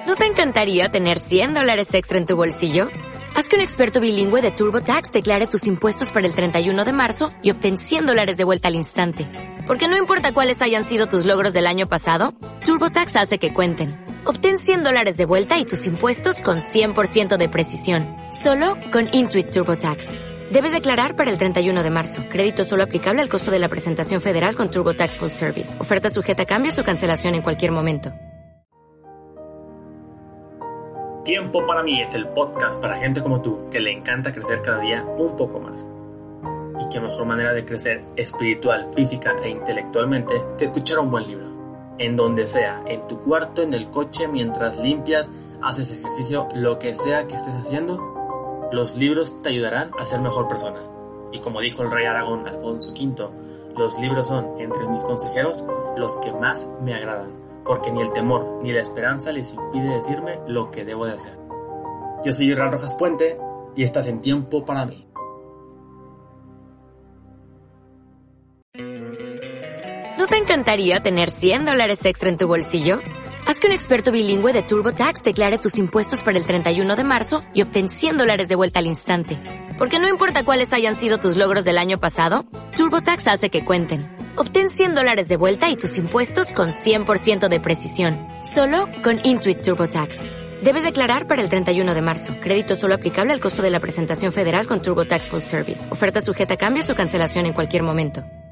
¿No te encantaría tener $100 extra en tu bolsillo? Haz que un experto bilingüe de TurboTax declare tus impuestos para el 31 de marzo y obtén $100 de vuelta al instante. Porque no importa cuáles hayan sido tus logros del año pasado, TurboTax hace que cuenten. Obtén $100 de vuelta y tus impuestos con 100% de precisión. Solo con Intuit TurboTax. Debes declarar para el 31 de marzo. Crédito solo aplicable al costo de la presentación federal con TurboTax Full Service. Oferta sujeta a cambios o cancelación en cualquier momento. Tiempo para mí es el podcast para gente como tú que le encanta crecer cada día un poco más. Y qué mejor manera de crecer espiritual, física e intelectualmente que escuchar un buen libro. En donde sea, en tu cuarto, en el coche, mientras limpias, haces ejercicio, lo que sea que estés haciendo, los libros te ayudarán a ser mejor persona. Y como dijo el rey Aragón Alfonso V, los libros son, entre mis consejeros, los que más me agradan. Porque ni el temor ni la esperanza les impide decirme lo que debo de hacer. Yo soy Israel Rojas Puente y estás en Tiempo para mí. ¿No te encantaría tener $100 extra en tu bolsillo? Haz que un experto bilingüe de TurboTax declare tus impuestos para el 31 de marzo y obtén $100 de vuelta al instante. Porque no importa cuáles hayan sido tus logros del año pasado, TurboTax hace que cuenten. Obtén $100 de vuelta y tus impuestos con 100% de precisión. Solo con Intuit TurboTax. Debes declarar para el 31 de marzo. Crédito solo aplicable al costo de la presentación federal con TurboTax Full Service. Oferta sujeta a cambios o cancelación en cualquier momento.